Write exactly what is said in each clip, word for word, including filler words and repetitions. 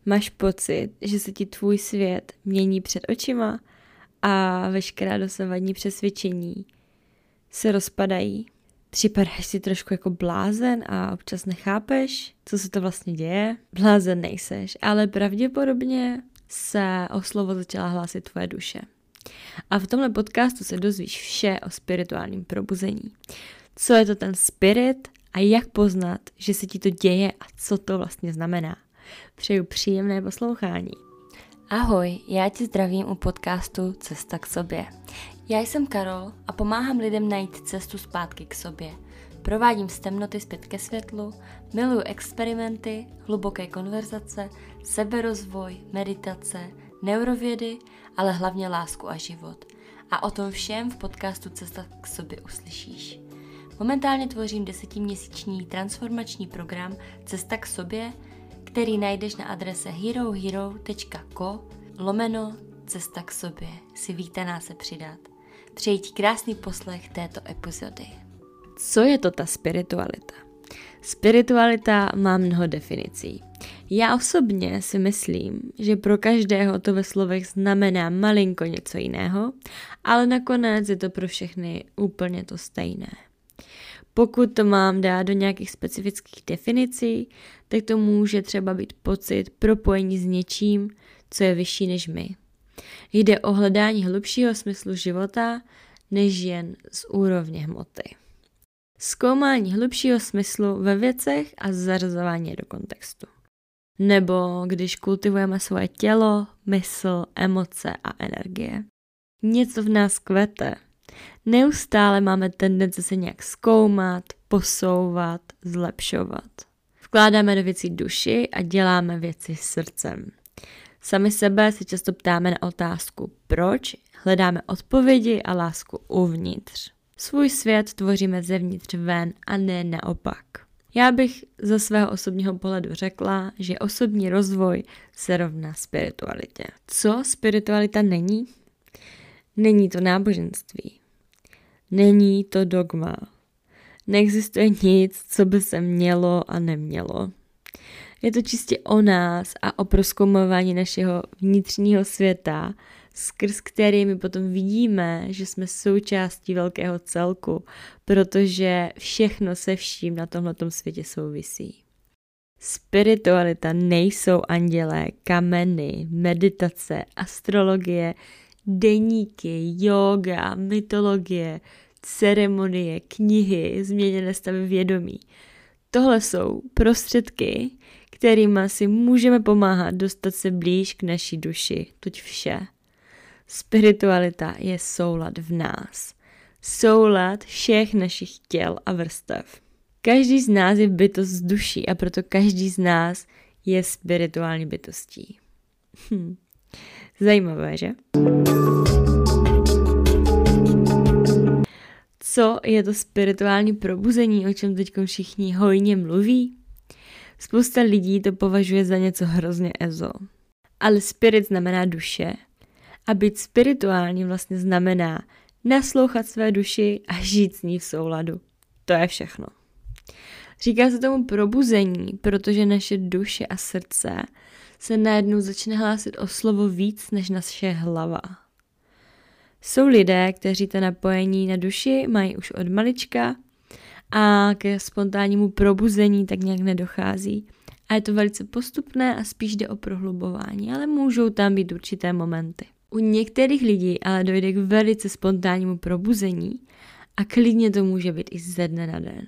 Máš pocit, že se ti tvůj svět mění před očima a veškerá dosavadní přesvědčení se rozpadají. Připadáš si trošku jako blázen a občas nechápeš, co se to vlastně děje. Blázen nejseš, ale pravděpodobně se o slovo začala hlásit tvoje duše. A v tomhle podcastu se dozvíš vše o spirituálním probuzení. Co je to ten spirit a jak poznat, že se ti to děje a co to vlastně znamená. Přeju příjemné poslouchání. Ahoj, já tě zdravím u podcastu Cesta k sobě. Já jsem Karol a pomáhám lidem najít cestu zpátky k sobě. Provádím z temnoty zpět ke světlu, miluju experimenty, hluboké konverzace, seberozvoj, meditace, neurovědy, ale hlavně lásku a život. A o tom všem v podcastu Cesta k sobě uslyšíš. Momentálně tvořím desetiměsíční transformační program Cesta k sobě, který najdeš na adrese herohero.co lomeno cesta k sobě. Si vítaná se přidat. Přeji ti krásný poslech této epizody. Co je to ta spiritualita? Spiritualita má mnoho definicí. Já osobně si myslím, že pro každého to ve slovech znamená malinko něco jiného, ale nakonec je to pro všechny úplně to stejné. Pokud to mám dát do nějakých specifických definicí, tak to může třeba být pocit propojení s něčím, co je vyšší než my. Jde o hledání hlubšího smyslu života, než jen z úrovně hmoty. Zkoumání hlubšího smyslu ve věcech a zařazování je do kontextu. Nebo když kultivujeme svoje tělo, mysl, emoce a energie. Něco v nás kvete. Neustále máme tendence se nějak zkoumat, posouvat, zlepšovat. Vkládáme do věcí duši a děláme věci srdcem. Sami sebe se často ptáme na otázku proč, hledáme odpovědi a lásku uvnitř. Svůj svět tvoříme zevnitř ven a ne naopak. Já bych ze svého osobního pohledu řekla, že osobní rozvoj se rovná spiritualitě. Co spiritualita není? Není to náboženství. Není to dogma. Neexistuje nic, co by se mělo a nemělo. Je to čistě o nás a o prozkoumování našeho vnitřního světa, skrz který my potom vidíme, že jsme součástí velkého celku, protože všechno se vším na tomhletom světě souvisí. Spiritualita nejsou andělé, kameny, meditace, astrologie, deníky, yoga, mytologie, ceremonie, knihy, změněné stavy vědomí. Tohle jsou prostředky, kterými si můžeme pomáhat dostat se blíž k naší duši, toť vše. Spiritualita je soulad v nás. Soulad všech našich těl a vrstev. Každý z nás je bytost z duší a proto každý z nás je spirituální bytostí. Hm. Zajímavé, že? Co je to spirituální probuzení, o čem teď všichni hojně mluví? Spousta lidí to považuje za něco hrozně ezo. Ale spirit znamená duše. A být spirituální vlastně znamená naslouchat své duši a žít s ní v souladu. To je všechno. Říká se tomu probuzení, protože naše duše a srdce se najednou začne hlásit o slovo víc než naše hlava. Jsou lidé, kteří to napojení na duši mají už od malička a ke spontánnímu probuzení tak nějak nedochází. A je to velice postupné a spíš jde o prohlubování, ale můžou tam být určité momenty. U některých lidí ale dojde k velice spontánnímu probuzení a klidně to může být i ze dne na den.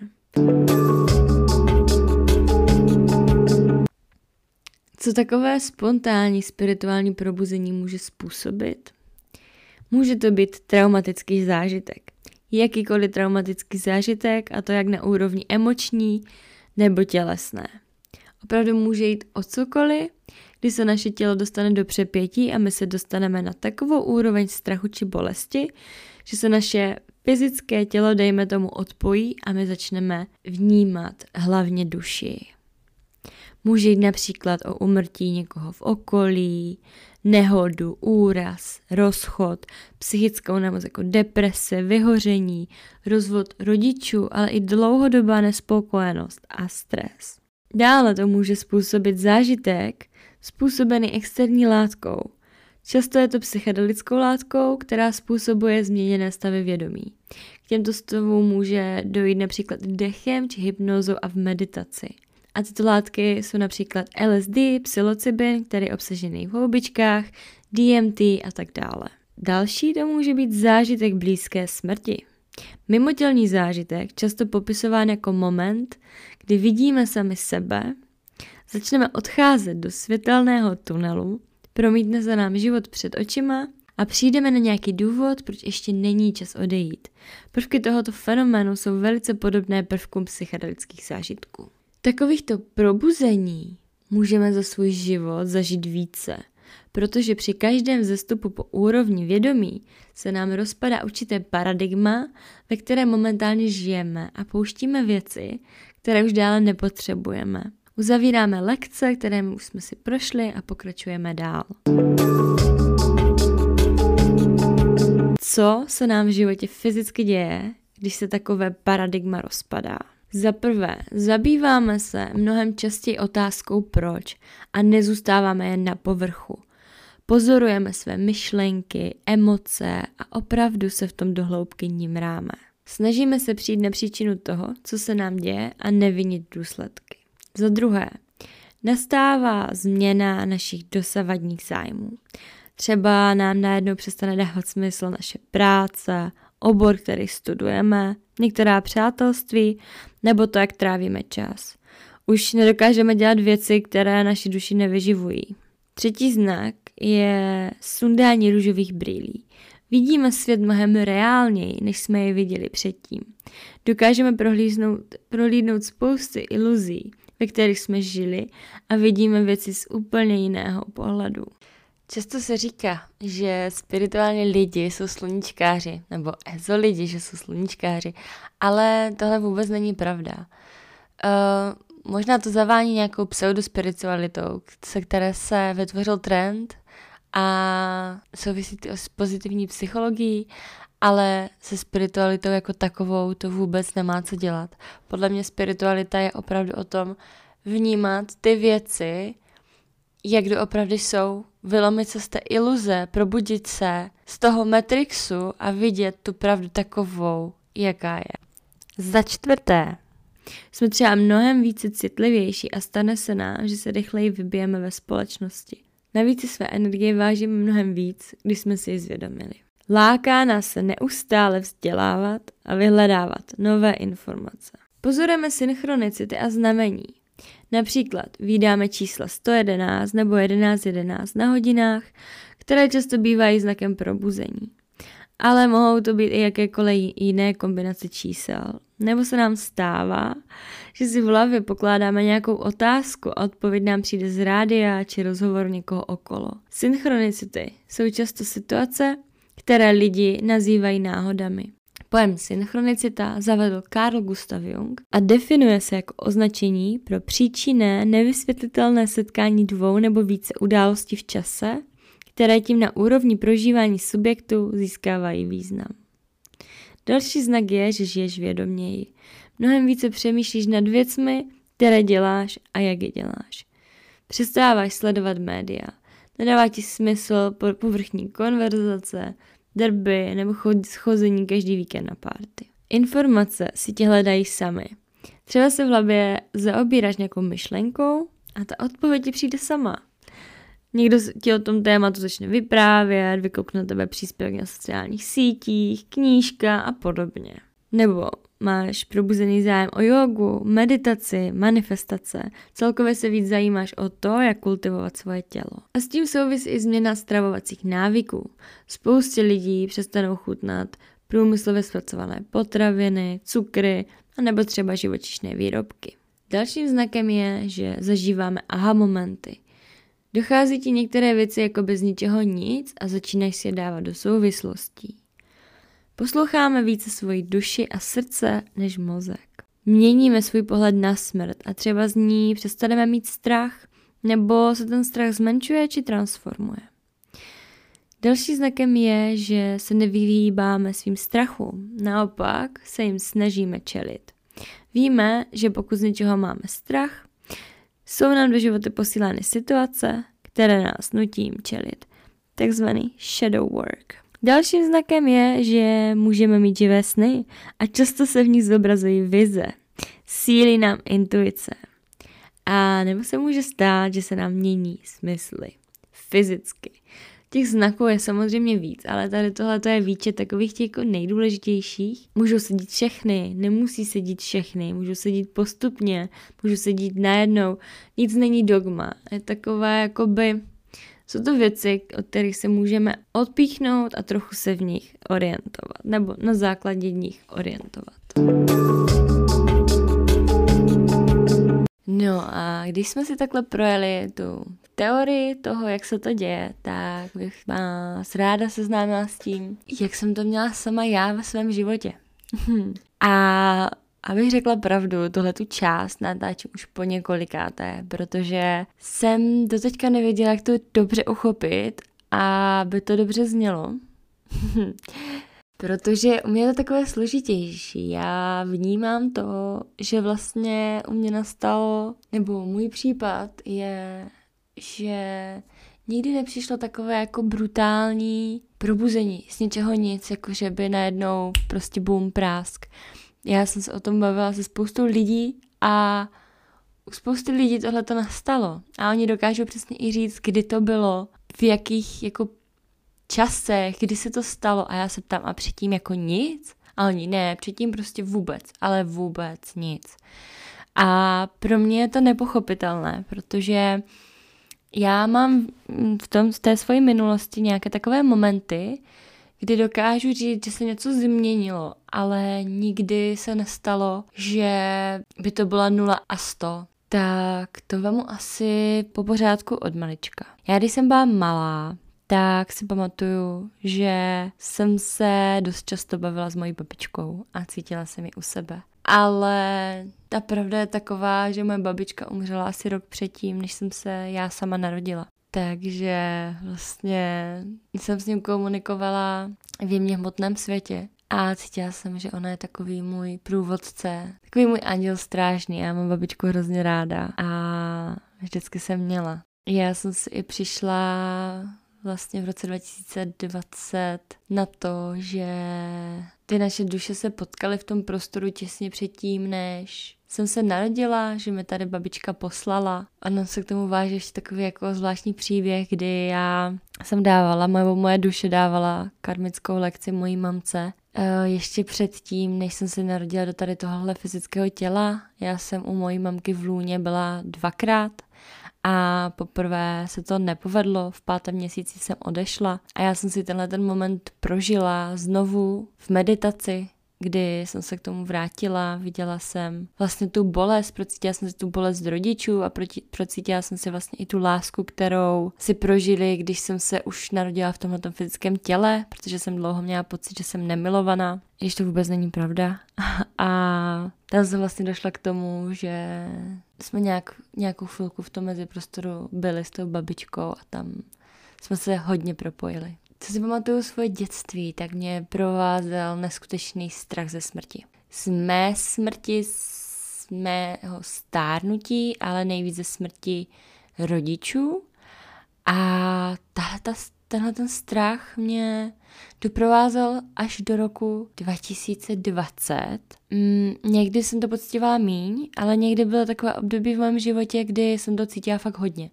Co takové spontánní spirituální probuzení může způsobit? Může to být traumatický zážitek. Jakýkoliv traumatický zážitek, a to jak na úrovni emoční nebo tělesné. Opravdu může jít o cokoliv, kdy se naše tělo dostane do přepětí a my se dostaneme na takovou úroveň strachu či bolesti, že se naše fyzické tělo, dejme tomu, odpojí a my začneme vnímat hlavně duši. Může jít například o úmrtí někoho v okolí, nehodu, úraz, rozchod, psychickou nemoc jako deprese, vyhoření, rozvod rodičů, ale i dlouhodobá nespokojenost a stres. Dále to může způsobit zážitek způsobený externí látkou. Často je to psychedelickou látkou, která způsobuje změněné stavy vědomí. K těmto stavům může dojít například dechem či hypnózou a v meditaci. A tyto látky jsou například L S D, psilocybin, který je obsažený v houbičkách, D M T a tak dále. Další to může být zážitek blízké smrti. Mimotělní zážitek, často popisován jako moment, kdy vidíme sami sebe, začneme odcházet do světelného tunelu, promítne se nám život před očima a přijdeme na nějaký důvod, proč ještě není čas odejít. Prvky tohoto fenoménu jsou velice podobné prvkům psychedelických zážitků. Takovýchto probuzení můžeme za svůj život zažít více, protože při každém vzestupu po úrovni vědomí se nám rozpadá určité paradigma, ve které momentálně žijeme a pouštíme věci, které už dále nepotřebujeme. Uzavíráme lekce, které už jsme si prošli a pokračujeme dál. Co se nám v životě fyzicky děje, když se takové paradigma rozpadá? Za prvé, zabýváme se mnohem častěji otázkou proč a nezůstáváme jen na povrchu. Pozorujeme své myšlenky, emoce a opravdu se v tom dohloubky nímráme. Snažíme se přijít na příčinu toho, co se nám děje a nevinit důsledky. Za druhé, nastává změna našich dosavadních zájmů. Třeba nám najednou přestane dávat smysl naše práce, obor, který studujeme, některá přátelství, nebo to, jak trávíme čas. Už nedokážeme dělat věci, které naši duši nevyživují. Třetí znak je sundání růžových brýlí. Vidíme svět mnohem reálněji, než jsme je viděli předtím. Dokážeme prohlídnout, prohlídnout spousty iluzí, ve kterých jsme žili a vidíme věci z úplně jiného pohledu. Často se říká, že spirituální lidi jsou sluníčkáři, nebo ezo lidi, že jsou sluníčkáři, ale tohle vůbec není pravda. Uh, možná to zavání nějakou pseudospiritualitou, se které se vytvořil trend a souvisí to s pozitivní psychologií, ale se spiritualitou jako takovou to vůbec nemá co dělat. Podle mě spiritualita je opravdu o tom vnímat ty věci, jak doopravdy jsou, vylomit se z té iluze, probudit se z toho matrixu a vidět tu pravdu takovou, jaká je. Za čtvrté, jsme třeba mnohem více citlivější a stane se nám, že se rychleji vybijeme ve společnosti. Navíc si své energie vážíme mnohem víc, když jsme si ji zvědomili. Láká nás se neustále vzdělávat a vyhledávat nové informace. Pozorujeme synchronicity a znamení. Například vydáme čísla sto jedenáct nebo jedenáct jedenáct na hodinách, které často bývají znakem probuzení. Ale mohou to být i jakékoliv jiné kombinace čísel. Nebo se nám stává, že si v hlavě pokládáme nějakou otázku a odpověď nám přijde z rádia či rozhovoru někoho okolo. Synchronicity jsou často situace, které lidi nazývají náhodami. Pojem synchronicita zavedl Carl Gustav Jung a definuje se jako označení pro příčinné, nevysvětlitelné setkání dvou nebo více událostí v čase, které tím na úrovni prožívání subjektu získávají význam. Další znak je, že žiješ vědoměji. Mnohem více přemýšlíš nad věcmi, které děláš a jak je děláš. Přestáváš sledovat média. Nedává ti smysl povrchní konverzace, derby nebo schození každý víkend na párty. Informace si tě hledají sami. Třeba se v hlavě zaobíráš nějakou myšlenkou a ta odpověď ti přijde sama. Někdo ti o tom tématu začne vyprávět, vykoukne na tebe příspěvek na sociálních sítích, knížka a podobně. Nebo máš probuzený zájem o jogu, meditaci, manifestace. Celkově se víc zajímáš o to, jak kultivovat svoje tělo. A s tím souvisí i změna stravovacích návyků. Spoustě lidí přestanou chutnat průmyslově zpracované potraviny, cukry a nebo třeba živočišné výrobky. Dalším znakem je, že zažíváme aha momenty. Dochází ti některé věci jako bez ničeho nic a začínáš si je dávat do souvislostí. Posloucháme více svoji duši a srdce než mozek. Měníme svůj pohled na smrt a třeba z ní přestaneme mít strach, nebo se ten strach zmenšuje či transformuje. Další znakem je, že se nevyhýbáme svým strachům, naopak se jim snažíme čelit. Víme, že pokud z něčeho máme strach, jsou nám do života posílány situace, které nás nutí čelit. Takzvaný shadow work. Dalším znakem je, že můžeme mít živé sny a často se v nich zobrazují vize. Sílí nám intuice. A nebo se může stát, že se nám mění smysly. Fyzicky. Těch znaků je samozřejmě víc, ale tady tohle je výčet takových těch jako nejdůležitějších. Můžou sedít všechny, nemusí sedít všechny, můžou sedít postupně, můžou sedít najednou. Nic není dogma. Je takové jakoby... Jsou to věci, od kterých se můžeme odpíchnout a trochu se v nich orientovat. Nebo na základě nich orientovat. No a když jsme si takhle projeli tu teorii toho, jak se to děje, tak bych vás ráda seznámila s tím, jak jsem to měla sama já ve svém životě. A abych řekla pravdu, tuhletu část natáčím už po několikáté, protože jsem doteďka nevěděla, jak to dobře uchopit, aby to dobře znělo. Protože u mě je to takové složitější. Já vnímám to, že vlastně u mě nastalo, nebo můj případ je, že nikdy nepřišlo takové jako brutální probuzení z ničeho nic, jako že by najednou prostě boom, prásk. Já jsem se o tom bavila se spoustou lidí a u spousty lidí tohle to nastalo. A oni dokážou přesně i říct, kdy to bylo, v jakých jako časech, kdy se to stalo. A já se ptám, a předtím jako nic? A oni ne, předtím prostě vůbec, ale vůbec nic. A pro mě je to nepochopitelné, protože já mám v tom, v té své minulosti nějaké takové momenty, kdy dokážu říct, že se něco změnilo, ale nikdy se nestalo, že by to byla nula a sto. Tak to vemu asi po pořádku od malička. Já když jsem byla malá, tak si pamatuju, že jsem se dost často bavila s mojí babičkou a cítila jsem ji u sebe. Ale ta pravda je taková, že moje babička umřela asi rok předtím, než jsem se já sama narodila. Takže vlastně jsem s ním komunikovala v jemně hmotném světě a cítila jsem, že ona je takový můj průvodce, takový můj anděl strážný. Já mám babičku hrozně ráda a vždycky jsem měla. Já jsem si i přišla vlastně v roce dva tisíce dvacet na to, že ty naše duše se potkaly v tom prostoru těsně předtím, než jsem se narodila, že mi tady babička poslala. A nám se k tomu váže ještě takový jako zvláštní příběh, kdy já jsem dávala, moje, moje duše dávala karmickou lekci mojí mamce. E, ještě předtím, než jsem se narodila do tady tohohle fyzického těla, já jsem u mojí mamky v lůně byla dvakrát. A poprvé se to nepovedlo, v pátém měsíci jsem odešla a já jsem si tenhle ten moment prožila znovu v meditaci, kdy jsem se k tomu vrátila, viděla jsem vlastně tu bolest, procítila jsem si tu bolest z rodičů a procítila jsem si vlastně i tu lásku, kterou si prožili, když jsem se už narodila v tomhletom fyzickém těle, protože jsem dlouho měla pocit, že jsem nemilovaná, když to vůbec není pravda. A tam jsem vlastně došla k tomu, že jsme nějak, nějakou chvilku v tom meziprostoru byli s tou babičkou a tam jsme se hodně propojili. Co si pamatuju svoje dětství, tak mě provázel neskutečný strach ze smrti. Z mé smrti, z mého stárnutí, ale nejvíc ze smrti rodičů. A tahleta, tenhle ten strach mě doprovázel až do roku dva tisíce dvacet. Mm, někdy jsem to pocítivala míň, ale někdy bylo takové období v mém životě, kdy jsem to cítila fakt hodně.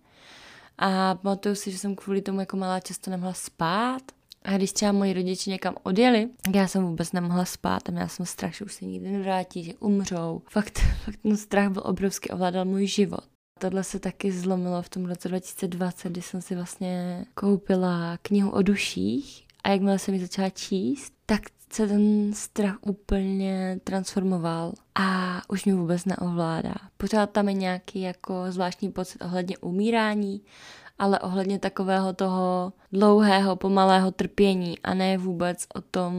A pamatuju si, že jsem kvůli tomu jako malá často nemohla spát. A když třeba moji rodiče někam odjeli, tak já jsem vůbec nemohla spát a měla jsem strach, že už se nikdy nevrátí, že umřou. Fakt, fakt ten strach byl obrovský, ovládal můj život. Tohle se taky zlomilo v tom roce dva tisíce dvacet, kdy jsem si vlastně koupila knihu o duších a jakmile jsem ji začala číst, tak se ten strach úplně transformoval a už mě vůbec neovládá. Pořád tam je nějaký jako zvláštní pocit ohledně umírání, ale ohledně takového toho dlouhého, pomalého trpění a ne vůbec o tom,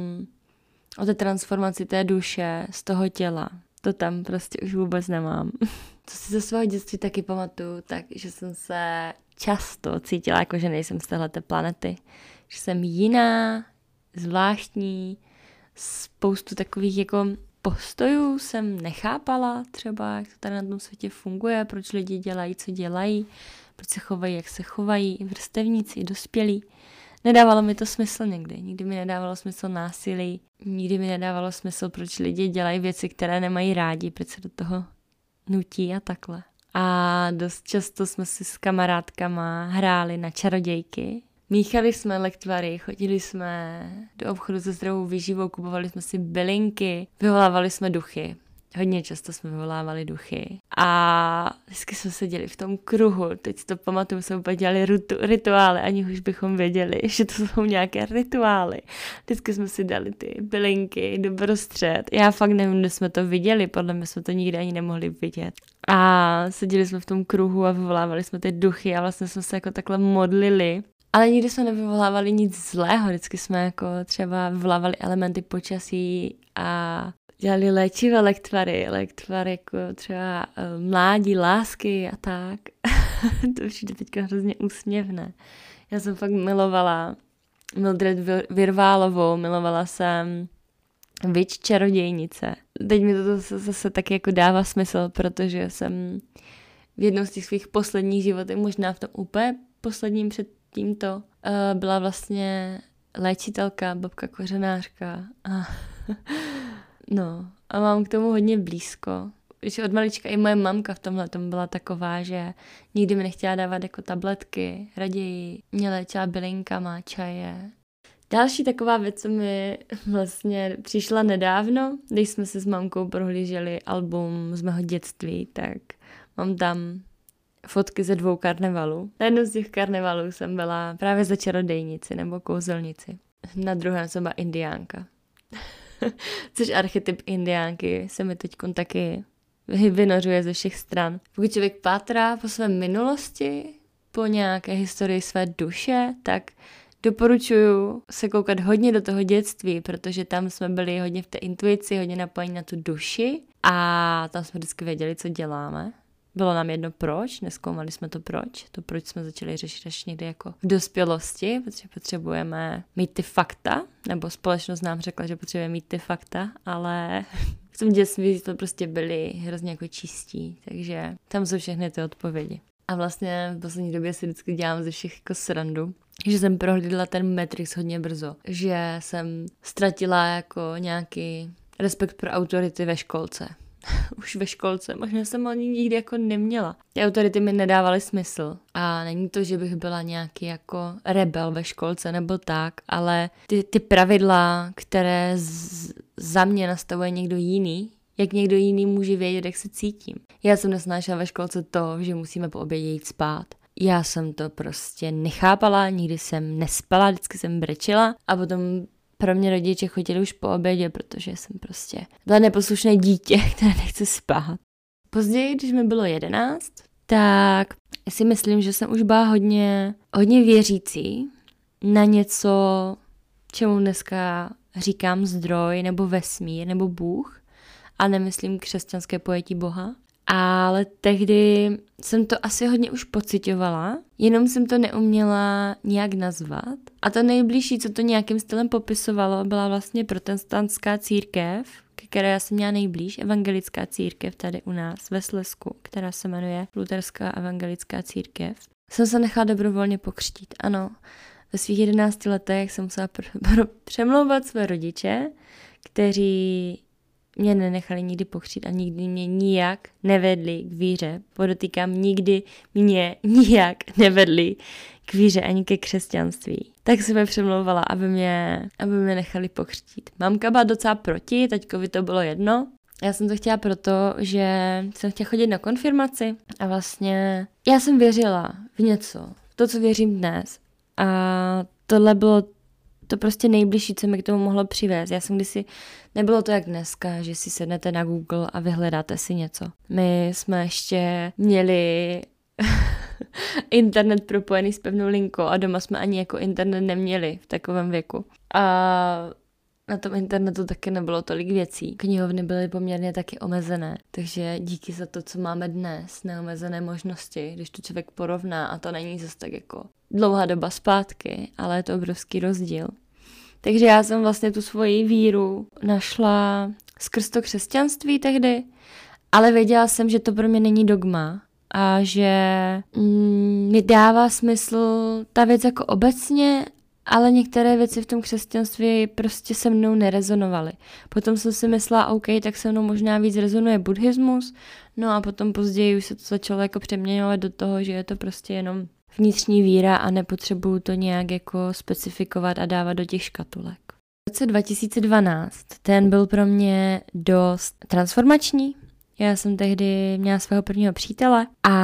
o té transformaci té duše z toho těla. To tam prostě už vůbec nemám. Co si ze svého dětství taky pamatuju, tak že jsem se často cítila jako, že nejsem z téhleté planety. Že jsem jiná, zvláštní, spoustu takových jako postojů jsem nechápala třeba, jak to tady na tom světě funguje, proč lidi dělají, co dělají, proč se chovají, jak se chovají, i vrstevníci, i dospělí. Nedávalo mi to smysl někdy. Nikdy mi nedávalo smysl násilí. Nikdy mi nedávalo smysl, proč lidi dělají věci, které nemají rádi, proč se do toho nutí a takhle. A dost často jsme si s kamarádkama hráli na čarodějky. Míchali jsme lektvary, chodili jsme do obchodu se zdravou výživou, kupovali jsme si bylinky, vyvolávali jsme duchy. Hodně často jsme vyvolávali duchy. A vždycky jsme seděli v tom kruhu. Teď si to pamatuju, jsme úplně dělali ritu, rituály, ani už bychom věděli, že to jsou nějaké rituály. Vždycky jsme si dali ty bylinky doprostřed. Já fakt nevím, kde jsme to viděli, podle mě jsme to nikdy ani nemohli vidět. A seděli jsme v tom kruhu a vyvolávali jsme ty duchy a vlastně jsme se jako takhle modlili. Ale nikdy jsme nevyvolávali nic zlého, vždycky jsme jako třeba vyvolávali elementy počasí a dělali léčivé lektvary, lektvary jako třeba uh, mládí, lásky a tak. To přijde teďka hrozně úsměvné. Já jsem fakt milovala Mildred Virválovou, milovala jsem Witch čarodějnice. Teď mi to zase taky jako dává smysl, protože jsem v jednou z těch svých posledních životů, možná v tom úplně posledním před tímto, uh, byla vlastně léčitelka, babka kořenářka. A no, a mám k tomu hodně blízko. Už od malička i moje mamka v tomhle tom byla taková, že nikdy mi nechtěla dávat jako tabletky, raději mě léčila bylinkama, čaje. Další taková věc, co mi vlastně přišla nedávno, když jsme se s mamkou prohlíželi album z mého dětství, tak mám tam fotky ze dvou karnevalů. Na jednom z těch karnevalů jsem byla právě za čarodejnici nebo kouzelnici. Na druhém jsem byla indiánka. Což archetyp indiánky se mi teď taky vynořuje ze všech stran. Pokud člověk pátrá po své minulosti, po nějaké historii své duše, tak doporučuju se koukat hodně do toho dětství, protože tam jsme byli hodně v té intuici, hodně napojení na tu duši a tam jsme vždycky věděli, co děláme. Bylo nám jedno proč, nezkoumali jsme to proč. To proč jsme začali řešit až někdy jako v dospělosti, protože potřebujeme mít ty fakta, nebo společnost nám řekla, že potřebujeme mít ty fakta, ale v tom dětství to prostě byli hrozně jako čistí, takže tam jsou všechny ty odpovědi. A vlastně v poslední době si vždycky dělám ze všech jako srandu, že jsem prohlídla ten Matrix hodně brzo, že jsem ztratila jako nějaký respekt pro autority ve školce. Už ve školce, možná jsem ani nikdy jako neměla. Ty autority mi nedávaly smysl a není to, že bych byla nějaký jako rebel ve školce nebo tak, ale ty, ty pravidla, které z, za mě nastavuje někdo jiný, jak někdo jiný může vědět, jak se cítím. Já jsem nesnášela ve školce to, že musíme po obědě jít spát. Já jsem to prostě nechápala, nikdy jsem nespala, vždycky jsem brečela a potom pro mě rodiče chodili už po obědě, protože jsem prostě byla neposlušné dítě, které nechce spát. Později, když mi bylo jedenáct, tak si myslím, že jsem už byla hodně, hodně věřící na něco, čemu dneska říkám zdroj, nebo vesmír, nebo Bůh, a nemyslím křesťanské pojetí Boha. Ale tehdy jsem to asi hodně už pociťovala, jenom jsem to neuměla nějak nazvat. A to nejbližší, co to nějakým stylem popisovalo, byla vlastně protestantská církev, ke které já jsem měla nejblíž, evangelická církev tady u nás ve Slezsku, která se jmenuje Luterská evangelická církev. Jsem se nechala dobrovolně pokřtít, ano. Ve svých jedenácti letech jsem musela pr- pr- přemlouvat své rodiče, kteří mě nenechali nikdy pokřtít a nikdy mě nijak nevedli k víře. Podotýkám, nikdy mě nijak nevedli k víře ani ke křesťanství. Tak jsem je přemlouvala, aby mě, aby mě nechali pokřtít. Mamka byla docela proti, taťkovi to bylo jedno. Já jsem to chtěla proto, že jsem chtěla chodit na konfirmaci a vlastně já jsem věřila v něco, v to, co věřím dnes. A tohle bylo to prostě nejbližší, co mi k tomu mohlo přivést. Já jsem kdysi, nebylo to jak dneska, že si sednete na Google a vyhledáte si něco. My jsme ještě měli internet propojený s pevnou linkou a doma jsme ani jako internet neměli v takovém věku. A na tom internetu taky nebylo tolik věcí. Knihovny byly poměrně taky omezené, takže díky za to, co máme dnes, neomezené možnosti, když to člověk porovná, a to není zase tak jako dlouhá doba zpátky, ale je to obrovský rozdíl. Takže já jsem vlastně tu svoji víru našla skrz to křesťanství tehdy, ale věděla jsem, že to pro mě není dogma a že mm, mi dává smysl ta věc jako obecně, ale některé věci v tom křesťanství prostě se mnou nerezonovaly. Potom jsem si myslela, OK, tak se mnou možná víc rezonuje buddhismus, no a potom později už se to začalo jako přeměňovat do toho, že je to prostě jenom vnitřní víra a nepotřebuju to nějak jako specifikovat a dávat do těch škatulek. V roce dva tisíce dvanáct ten byl pro mě dost transformační. Já jsem tehdy měla svého prvního přítele a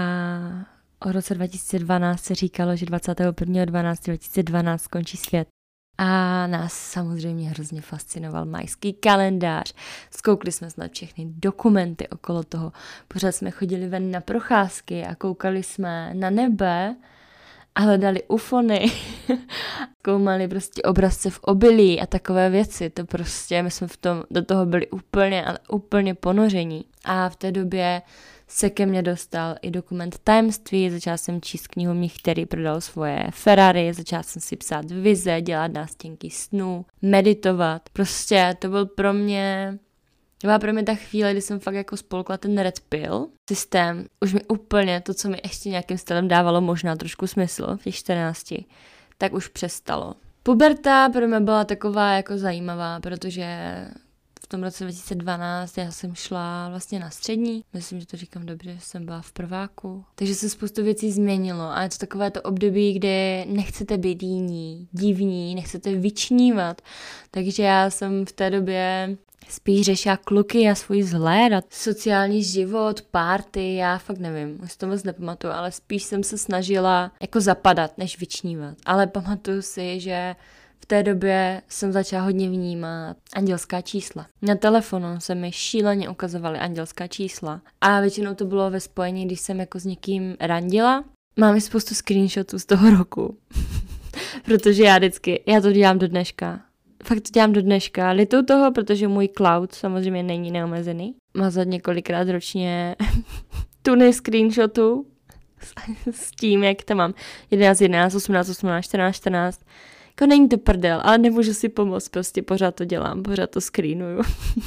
o roce dva tisíce dvanáct se říkalo, že dvacátého prvního dvanáctého dva tisíce dvanáct skončí svět. A nás samozřejmě hrozně fascinoval majský kalendář. Zkoukli jsme snad všechny dokumenty okolo toho. Pořád jsme chodili ven na procházky a koukali jsme na nebe a hledali ufony. Koumali prostě obrazce v obilí a takové věci. To prostě, my jsme v tom, do toho byli úplně, ale úplně ponoření. A v té době se ke mně dostal i dokument Tajemství, začala jsem číst knihu Mnich, který prodal svoje Ferrari, začala jsem si psát vize, dělat nástěnky snů, meditovat. Prostě to byl pro mě, to byla pro mě ta chvíle, kdy jsem fakt jako spolkla ten red pill systém. Už mi úplně to, co mi ještě nějakým stylem dávalo možná trošku smysl v těch čtrnácti, tak už přestalo. Puberta pro mě byla taková jako zajímavá, protože v tom roce dva tisíce dvanáct já jsem šla vlastně na střední, myslím, že to říkám dobře, že jsem byla v prváku, takže se spoustu věcí změnilo a je to takové to období, kdy nechcete být jiní, divní, nechcete vyčnívat, takže já jsem v té době spíš řešila kluky a svůj vzhled a sociální život, party, já fakt nevím, už to moc nepamatuju, ale spíš jsem se snažila jako zapadat, než vyčnívat, ale pamatuju si, že v té době jsem začala hodně vnímat andělská čísla. Na telefonu se mi šíleně ukazovaly andělská čísla a většinou to bylo ve spojení, když jsem jako s někým randila. Mám i spoustu screenshotů z toho roku, protože já vždycky, já to dělám do dneška. Fakt to dělám do dneška. Litu toho, protože můj cloud samozřejmě není neomezený. Má za několikrát ročně tuny screenshotů s tím, jak to mám jedenáct, jedenáct, osmnáct, osmnáct, čtrnáct, čtrnáct. Jako není to prdel, ale nemůžu si pomoct, prostě pořád to dělám, pořád to screenuju.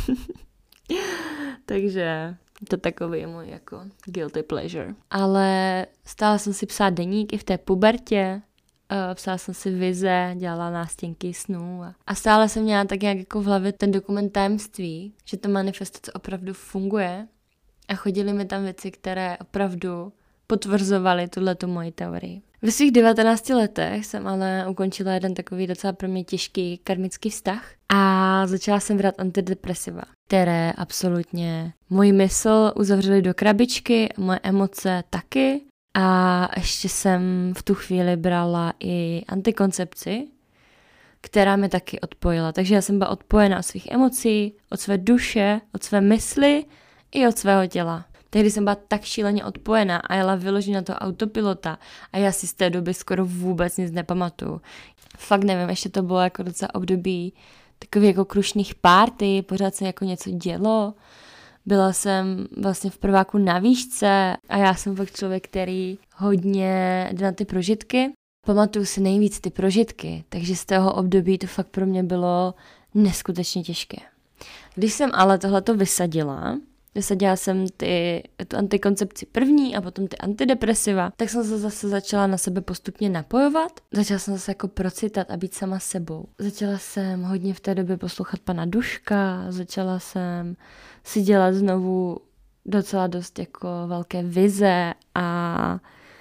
Takže to takový můj jako guilty pleasure. Ale stála jsem si psát deník i v té pubertě, uh, psala jsem si vize, dělala nástěnky snů a, a stále jsem měla tak nějak jako v hlavě ten dokument Tajemství, že ta manifestace opravdu funguje a chodily mi tam věci, které opravdu potvrzovaly tuhletu moji teorii. Ve svých devatenácti letech jsem ale ukončila jeden takový docela pro mě těžký karmický vztah a začala jsem brát antidepresiva, které absolutně můj mysl uzavřely do krabičky, moje emoce taky a ještě jsem v tu chvíli brala i antikoncepci, která mi taky odpojila. Takže já jsem byla odpojena od svých emocí, od své duše, od své mysli i od svého těla. Tehdy jsem byla tak šíleně odpojená a jela vyloženě na to autopilota a já si z té doby skoro vůbec nic nepamatuju. Fakt nevím, ještě to bylo jako docela období takových jako krušných party, pořád se jako něco dělo. Byla jsem vlastně v prváku na výšce a já jsem fakt člověk, který hodně jde na ty prožitky. Pamatuju si nejvíc ty prožitky, takže z toho období to fakt pro mě bylo neskutečně těžké. Když jsem ale tohleto vysadila, vysadila jsem ty, tu antikoncepci první a potom ty antidepresiva, tak jsem se zase začala na sebe postupně napojovat. Začala jsem zase jako procitat a být sama sebou. Začala jsem hodně v té době poslouchat pana Duška, začala jsem si dělat znovu docela dost jako velké vize a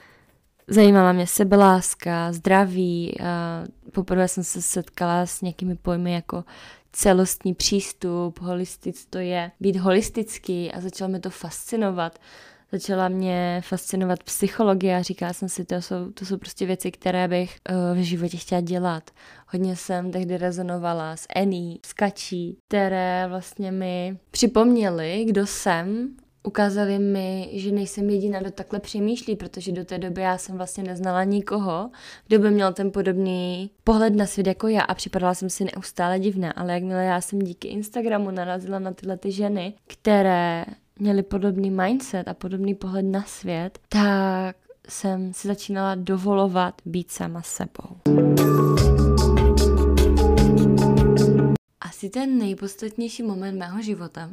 zajímala mě sebeláska, zdraví. A poprvé jsem se setkala s nějakými pojmy jako celostní přístup, holistic, to je být holistický a začalo mě to fascinovat. Začala mě fascinovat psychologie a říkala jsem si, to jsou, to jsou prostě věci, které bych uh, v životě chtěla dělat. Hodně jsem tehdy rezonovala s Annie, s Kačí, které vlastně mi připomněly, kdo jsem. Ukázali mi, že nejsem jediná, kdo takhle přemýšlí, protože do té doby já jsem vlastně neznala nikoho, kdo by měl ten podobný pohled na svět jako já a připadala jsem si neustále divná, ale jakmile já jsem díky Instagramu narazila na tyhle ty ženy, které měly podobný mindset a podobný pohled na svět, tak jsem si začínala dovolovat být sama sebou. asi ten nejpodstatnější moment mého života.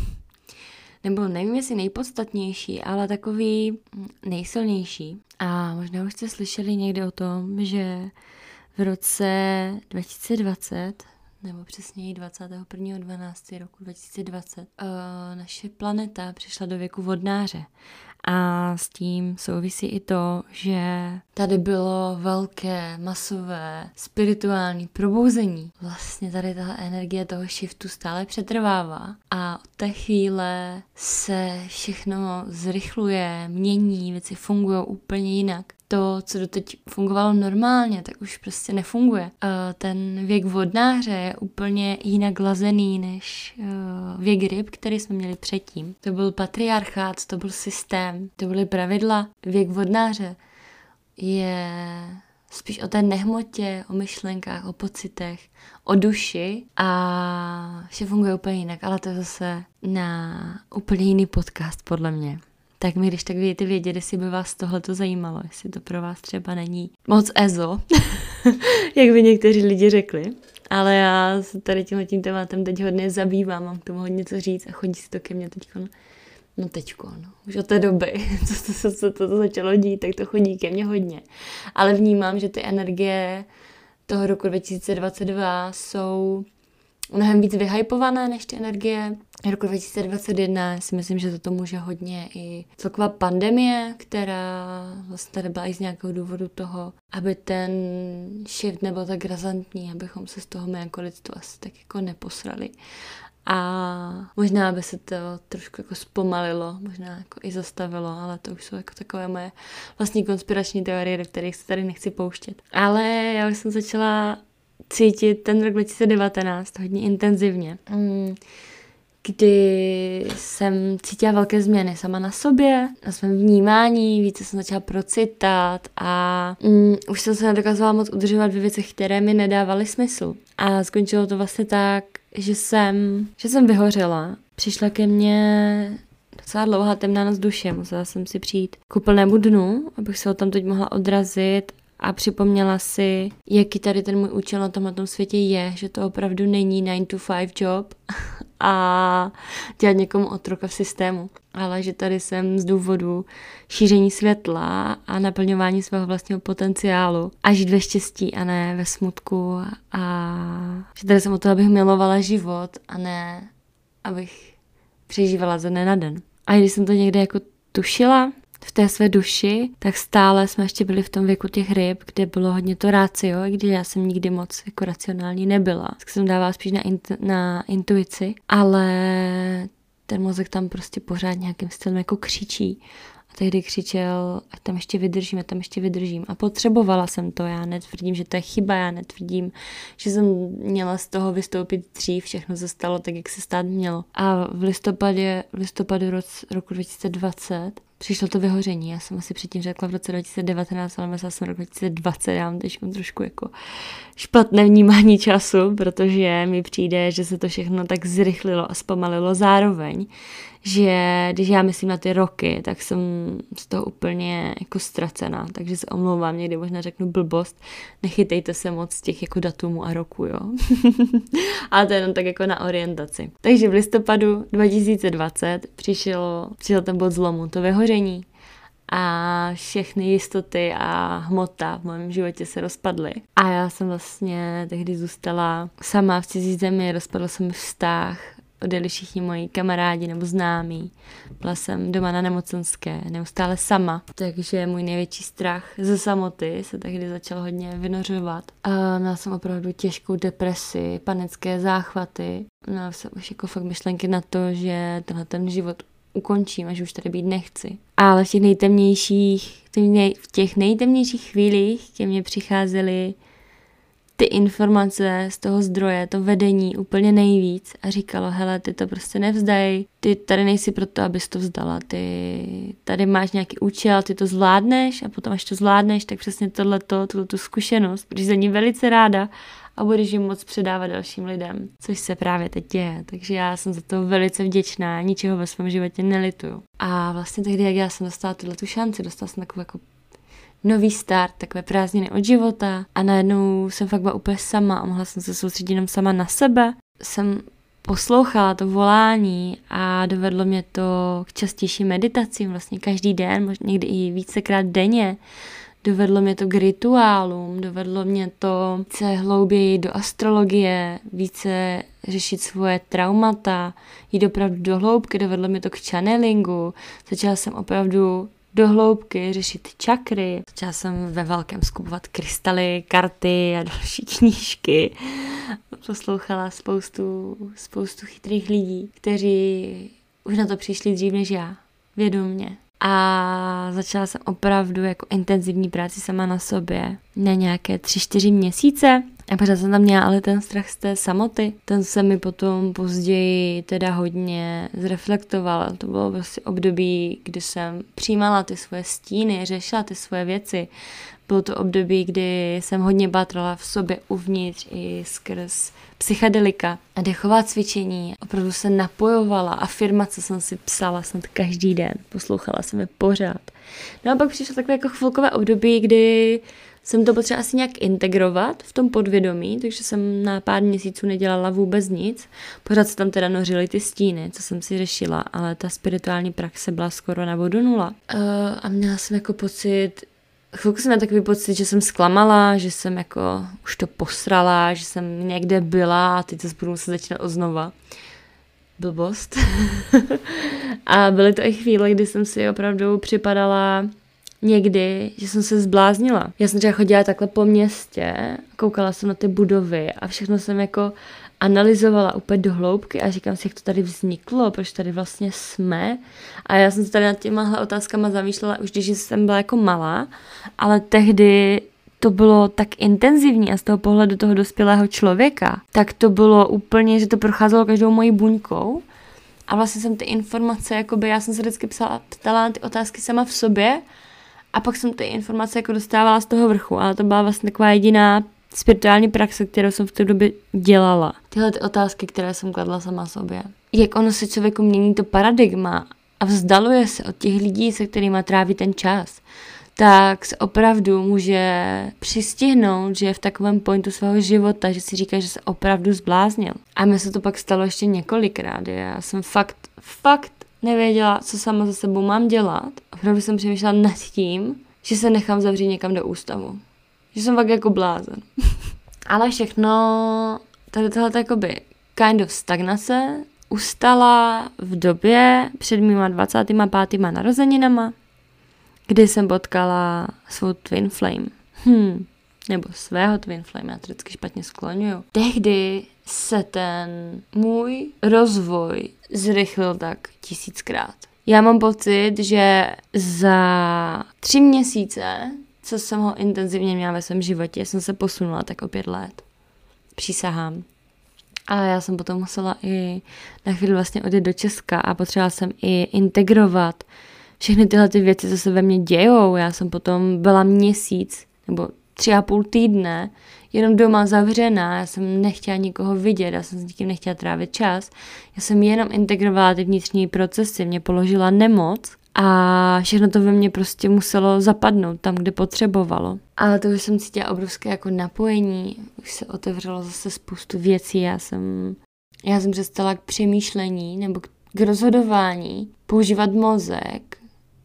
Nebo nevím, jestli nejpodstatnější, ale takový nejsilnější. A možná už jste slyšeli někde o tom, že v roce dva tisíce dvacet, nebo přesněji dvacátého prvního dvanáctého roku dva tisíce dvacet, naše planeta přišla do věku vodnáře. A s tím souvisí i to, že tady bylo velké, masové, spirituální probouzení. Vlastně tady ta energie toho shiftu stále přetrvává a od té chvíle se všechno zrychluje, mění, věci fungují úplně jinak. To, co doteď fungovalo normálně, tak už prostě nefunguje. Ten věk vodnáře je úplně jinak lazený než věk ryb, který jsme měli předtím. To byl patriarchát, to byl systém, to byly pravidla. Věk vodnáře je spíš o té nehmotě, o myšlenkách, o pocitech, o duši a vše funguje úplně jinak, ale to je zase na úplně jiný podcast podle mě. Tak mi když tak budete vědět, jestli by vás tohleto zajímalo, jestli to pro vás třeba není moc ezo, jak by někteří lidi řekli. Ale já se tady tímhle tím tématem teď hodně zabývám, mám k tomu hodně co říct a chodí si to ke mně teďko, no teďko, no, už od té doby, co se to, to, to, to začalo dít, tak to chodí ke mně hodně. Ale vnímám, že ty energie toho roku dva tisíce dvacet dva jsou mnohem víc vyhypované než ty energie roku dva tisíce dvacet jedna. Já si myslím, že za to může hodně i celková pandemie, která vlastně tady byla i z nějakého důvodu toho, aby ten shift nebyl tak razantní, abychom se z toho my jako lidstvo asi tak jako neposrali. A možná by se to trošku jako zpomalilo, možná jako i zastavilo, ale to už jsou jako takové moje vlastní konspirační teorie, do kterých se tady nechci pouštět. Ale já už jsem začala cítit ten rok dva tisíce devatenáct hodně intenzivně, kdy jsem cítila velké změny sama na sobě, na svém vnímání, více jsem začala procitat a um, už jsem se nedokazovala moc udržovat ve věcech, které mi nedávaly smysl. A skončilo to vlastně tak, že jsem, že jsem vyhořela. Přišla ke mně docela dlouhá temná noc duše, musela jsem si přijít k úplnému dnu, abych se ho tam teď mohla odrazit a připomněla si, jaký tady ten můj účel na tomhle světě je, že to opravdu není nine to five job a dělat někomu otroka v systému, ale že tady jsem z důvodu šíření světla a naplňování svého vlastního potenciálu a žít ve štěstí a ne ve smutku a že tady jsem o to, abych milovala život a ne, abych přežívala ze dne na den. A když jsem to někde jako tušila v té své duši, tak stále jsme ještě byli v tom věku těch ryb, kde bylo hodně to rácio, i když já jsem nikdy moc jako racionální nebyla. Tak jsem dávala spíš na, int- na intuici, ale ten mozek tam prostě pořád nějakým stylem jako křičí. A tehdy křičel, ať tam ještě vydržím, ať tam ještě vydržím. A potřebovala jsem to, já netvrdím, že to je chyba, já netvrdím, že jsem měla z toho vystoupit dřív, všechno se stalo tak, jak se stát mělo. A v listopadě, v listopadu roc, roku dva tisíce dvacet přišlo to vyhoření. Já jsem asi předtím řekla v roce dva tisíce devatenáct, ale myslela jsem rok dva tisíce dvacet, já mám teď trošku jako špatné vnímání času, protože mi přijde, že se to všechno tak zrychlilo a zpomalilo zároveň, že když já myslím na ty roky, tak jsem z toho úplně jako ztracená, takže se omlouvám, někdy možná řeknu blbost, nechytejte se moc z těch jako datumů a roku, jo. Ale to je jenom tak jako na orientaci. Takže v listopadu dva tisíce dvacet přišel, přišel ten bod zlomu, to vyhoření a všechny jistoty a hmota v mém životě se rozpadly. A já jsem vlastně tehdy zůstala sama v cizí zemi, rozpadl se mi vztah, odjeli všichni moji kamarádi nebo známí. Byla jsem doma na nemocenské, neustále sama. Takže můj největší strach ze samoty se tehdy začal hodně vynořovat. A měla jsem opravdu těžkou depresi, panické záchvaty. Měla jsem už jako fakt myšlenky na to, že tenhle ten život ukončím a že už tady být nechci. Ale v těch nejtemnějších, v těch nejtemnějších chvílích ke mně přicházely ty informace z toho zdroje, to vedení úplně nejvíc a říkalo, hele, ty to prostě nevzdaj, ty tady nejsi proto, abys to vzdala, ty tady máš nějaký účel, ty to zvládneš a potom, až to zvládneš, tak přesně tohleto, tuhletu zkušenost, budeš za ní velice ráda a budeš jim moc předávat dalším lidem, což se právě teď děje, takže já jsem za to velice vděčná, ničeho ve svém životě nelituju. A vlastně tehdy, jak já jsem dostala tuhletu šanci, dostala jsem takovou jako nový start, takové prázdniny od života a najednou jsem fakt byla úplně sama a mohla jsem se soustředit jenom sama na sebe. jsem poslouchala to volání a dovedlo mě to k častějším meditacím, vlastně každý den, možná někdy i vícekrát denně. Dovedlo mě to k rituálům, dovedlo mě to více hlouběji do astrologie, více řešit svoje traumata, jít opravdu do hloubky, dovedlo mě to k channelingu. Začala jsem opravdu do hloubky řešit čakry. Začala jsem ve velkém skupovat krystaly, karty a další knížky. Poslouchala spoustu, spoustu chytrých lidí, kteří už na to přišli dřív než já, vědomě. A začala jsem opravdu jako intenzivní práci sama na sobě na nějaké tři, čtyři měsíce. A pořád jsem tam měla ale ten strach z té samoty. Ten se mi potom později teda hodně zreflektoval. To bylo prostě období, kdy jsem přijímala ty svoje stíny, řešila ty svoje věci. Bylo to období, kdy jsem hodně pátrala v sobě uvnitř i skrz psychedelika a dechová cvičení. Opravdu se napojovala, afirmace jsem si psala snad každý den, poslouchala jsem je pořád. No a pak přišlo takové jako chvilkové období, kdy jsem to potřeba asi nějak integrovat v tom podvědomí, takže jsem na pár měsíců nedělala vůbec nic. Pořád se tam teda nořily ty stíny, co jsem si řešila, ale ta spirituální praxe byla skoro na bodu nula. Uh, a měla jsem jako pocit, chvilku jsem měla takový pocit, že jsem zklamala, že jsem jako už to posrala, že jsem někde byla a teď to budu muset začínat oznova. Blbost. A byly to i chvíle, kdy jsem si opravdu připadala někdy, že jsem se zbláznila. Já jsem třeba chodila takhle po městě, koukala jsem na ty budovy a všechno jsem jako analyzovala úplně do hloubky a říkám si, jak to tady vzniklo, proč tady vlastně jsme. A já jsem se tady nad těmahle otázkama zamýšlela už, když jsem byla jako malá, ale tehdy to bylo tak intenzivní a z toho pohledu toho dospělého člověka, tak to bylo úplně, že to procházelo každou mojí buňkou. A vlastně jsem ty informace, jakoby já jsem se vždycky psala, ptala na ty otázky sama v sobě a pak jsem ty informace jako dostávala z toho vrchu, ale to byla vlastně taková jediná spirituální praxe, kterou jsem v té době dělala. Tyhle ty otázky, které jsem kladla sama sobě. Jak ono se člověku mění to paradigma a vzdaluje se od těch lidí, se kterými tráví ten čas, tak se opravdu může přistihnout, že je v takovém pointu svého života, že si říká, že se opravdu zbláznil. A mi se to pak stalo ještě několikrát. Já jsem fakt, fakt nevěděla, co sama za sebou mám dělat. Opravdu jsem přemýšlela nad tím, že se nechám zavřít někam do ústavu. Že jsem fakt jako blázen. Ale všechno, tady tohle jakoby kind of stagnace ustala v době před mýma dvacátýma pátýma narozeninama, kdy jsem potkala svou twin flame. Hm, nebo svého twin flame, já to vždycky špatně skloňuju. Tehdy se ten můj rozvoj zrychlil tak tisíckrát. Já mám pocit, že za tři měsíce, co jsem ho intenzivně měla ve svém životě, jsem se posunula tak o pět let. Přísahám. A já jsem potom musela i na chvíli vlastně odjet do Česka a potřebovala jsem i integrovat všechny tyhle ty věci, co se ve mně dějou. Já jsem potom byla měsíc nebo tři a půl týdne jenom doma zavřená, já jsem nechtěla nikoho vidět, já jsem s nikým nechtěla trávit čas. Já jsem jenom integrovala ty vnitřní procesy, mě položila nemoc a všechno to ve mně prostě muselo zapadnout tam, kde potřebovalo. Ale to už jsem cítila obrovské jako napojení, už se otevřelo zase spoustu věcí, já jsem, já jsem přestala k přemýšlení nebo k, k rozhodování používat mozek.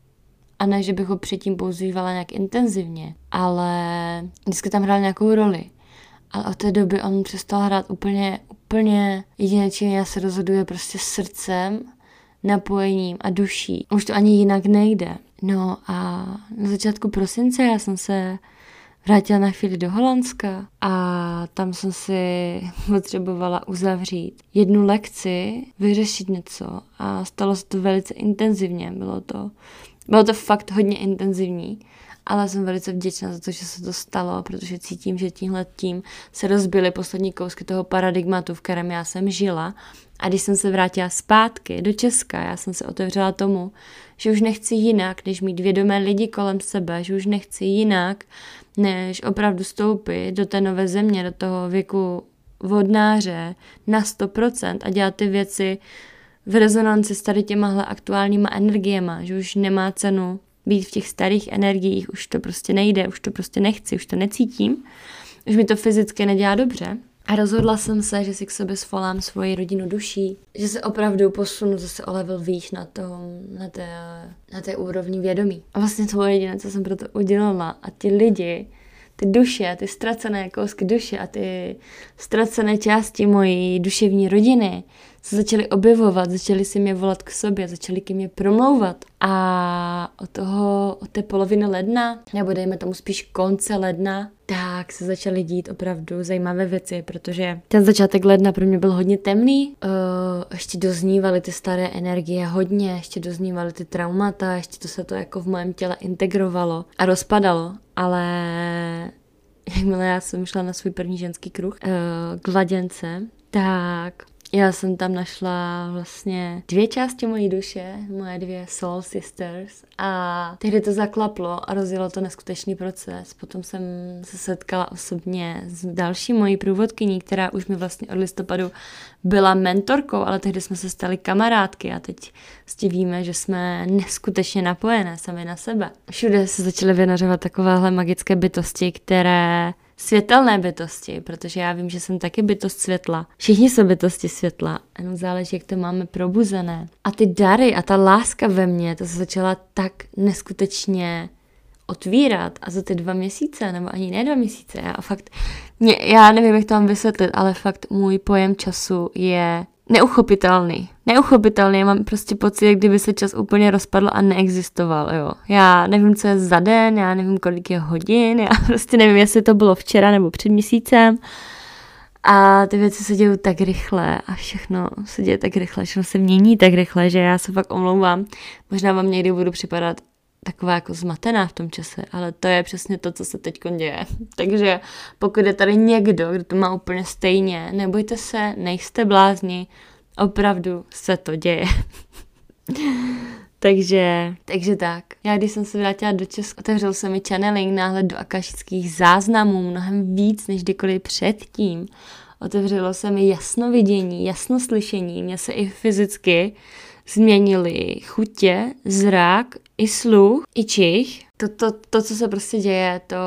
A ne, že bych ho předtím používala nějak intenzivně, ale vždycky tam hrál nějakou roli. Ale od té doby on přestal hrát úplně, úplně jediné, čím já se rozhoduji prostě srdcem, napojením a duší. Už to ani jinak nejde. No a na začátku prosince já jsem se vrátila na chvíli do Holandska a tam jsem si potřebovala uzavřít jednu lekci, vyřešit něco a stalo se to velice intenzivně. Bylo to Bylo to fakt hodně intenzivní, ale jsem velice vděčná za to, že se to stalo, protože cítím, že tímhle tím se rozbily poslední kousky toho paradigmatu, v kterém já jsem žila. A když jsem se vrátila zpátky do Česka, já jsem se otevřela tomu, že už nechci jinak, než mít vědomé lidi kolem sebe, že už nechci jinak, než opravdu stoupit do té nové země, do toho věku vodnáře na sto procent a dělat ty věci v rezonanci s tady těmahle aktuálníma energiema, že už nemá cenu být v těch starých energiích, už to prostě nejde, už to prostě nechci, už to necítím, už mi to fyzicky nedělá dobře. A rozhodla jsem se, že si k sobě svolám svoji rodinu duší, že se opravdu posunu zase o level výš na, tom, na, té, na té úrovni vědomí. A vlastně to bylo jediné, co jsem pro to udělala. A ti lidi, ty duše, ty ztracené kousky duše a ty ztracené části mojí duševní rodiny se začaly objevovat, začaly si mě volat k sobě, začaly ke mně promlouvat. A od toho, od té poloviny ledna, nebo dejme tomu spíš konce ledna, tak se začaly dít opravdu zajímavé věci, protože ten začátek ledna pro mě byl hodně temný. Uh, ještě doznívaly ty staré energie hodně, ještě doznívaly ty traumata, ještě to se to jako v mém těle integrovalo a rozpadalo, ale jakmile já jsem šla na svůj první ženský kruh uh, k Laděnce, tak já jsem tam našla vlastně dvě části mojí duše, moje dvě soul sisters a tehdy to zaklaplo a rozjelo to neskutečný proces. Potom jsem se setkala osobně s další mojí průvodkyní, která už mi vlastně od listopadu byla mentorkou, ale tehdy jsme se stali kamarádky a teď vlastně víme, že jsme neskutečně napojené sami na sebe. Všude se začaly vynořovat takovéhle magické bytosti, které světelné bytosti, protože já vím, že jsem taky bytost světla. Všichni jsou bytosti světla, jenom záleží, jak to máme probuzené. A ty dary a ta láska ve mně, to se začala tak neskutečně otvírat a za ty dva měsíce, nebo ani ne dva měsíce, já fakt, mě, já nevím, jak to mám vysvětlit, ale fakt můj pojem času je neuchopitelný. Neuchopitelný, já mám prostě pocit, jak kdyby se čas úplně rozpadl a neexistoval, jo. Já nevím, co je za den, já nevím, kolik je hodin, já prostě nevím, jestli to bylo včera nebo před měsícem. A ty věci se dějí tak rychle a všechno se děje tak rychle, všechno se mění tak rychle, že já se fakt omlouvám. Možná vám někdy budu připadat taková jako zmatená v tom čase, ale to je přesně to, co se teď děje. Takže pokud je tady někdo, kdo to má úplně stejně, nebojte se, nejste blázni, opravdu se to děje. takže, takže tak. Já když jsem se vrátila do Česka, otevřel se mi channeling náhled do akašických záznamů, mnohem víc než kdykoliv předtím. Otevřelo se mi jasnovidění, jasnoslyšení, mě se i fyzicky změnily chutě, zrak, i sluch, i čich. To, to, to co se prostě děje, to...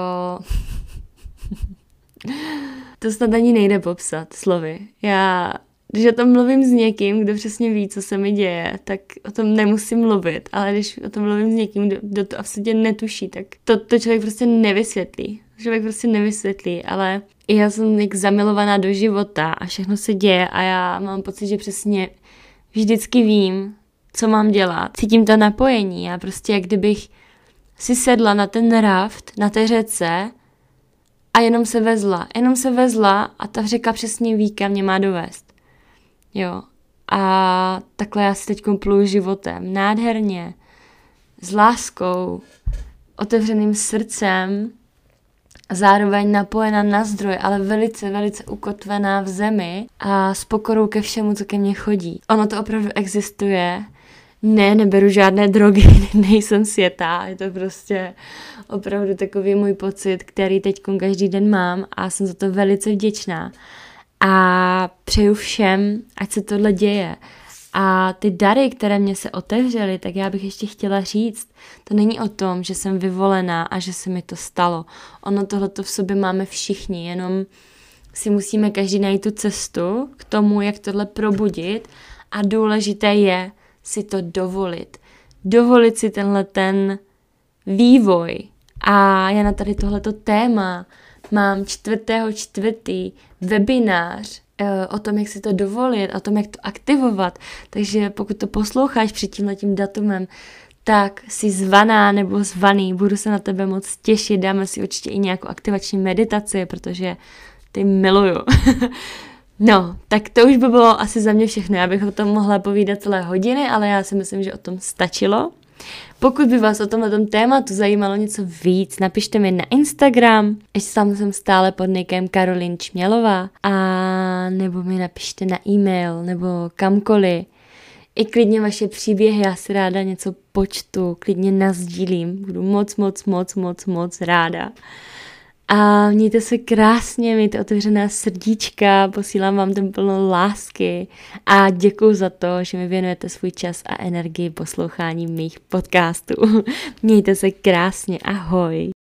to snad ani nejde popsat slovy. Já, když o tom mluvím s někým, kdo přesně ví, co se mi děje, tak o tom nemusím mluvit, ale když o tom mluvím s někým, kdo, kdo to absolutně netuší, tak to, to člověk prostě nevysvětlí. Člověk prostě nevysvětlí, ale já jsem jak zamilovaná do života a všechno se děje a já mám pocit, že přesně vždycky vím, co mám dělat. Cítím to napojení. Já prostě jak kdybych si sedla na ten raft, na té řece a jenom se vezla. Jenom se vezla a ta řeka přesně ví, kam mě má dovést. Jo. A takhle já si teď pluju životem. Nádherně. S láskou. Otevřeným srdcem. Zároveň napojená na zdroj, ale velice, velice ukotvená v zemi a s pokorou ke všemu, co ke mně chodí. Ono to opravdu existuje. Ne, neberu žádné drogy, nejsem světá, je to prostě opravdu takový můj pocit, který teď každý den mám a jsem za to velice vděčná. A přeju všem, ať se tohle děje. A ty dary, které mě se otevřely, tak já bych ještě chtěla říct, to není o tom, že jsem vyvolená a že se mi to stalo. Ono tohleto v sobě máme všichni, jenom si musíme každý najít tu cestu k tomu, jak tohle probudit a důležité je si to dovolit. Dovolit si tenhle ten vývoj. A já na tady tohleto téma mám čtvrtého čtvrtý webinář o tom, jak si to dovolit, o tom, jak to aktivovat. Takže pokud to posloucháš před tímhletím datumem, tak jsi zvaná nebo zvaný, budu se na tebe moc těšit, dáme si určitě i nějakou aktivační meditaci, protože ty miluju. No, tak to už by bylo asi za mě všechno. Já bych o tom mohla povídat celé hodiny, ale já si myslím, že o tom stačilo. Pokud by vás o tomhle tématu zajímalo něco víc, napište mi na Instagram, ještě tam jsem stále pod nickem Karolín Čmělová, a nebo mi napište na e-mail, nebo kamkoliv. I klidně vaše příběhy, já si ráda něco počtu, klidně nasdílím, budu moc, moc, moc, moc, moc ráda. A mějte se krásně, mějte otevřená srdíčka, posílám vám ten plno lásky a děkuju za to, že mi věnujete svůj čas a energii posloucháním mých podcastů. Mějte se krásně, ahoj.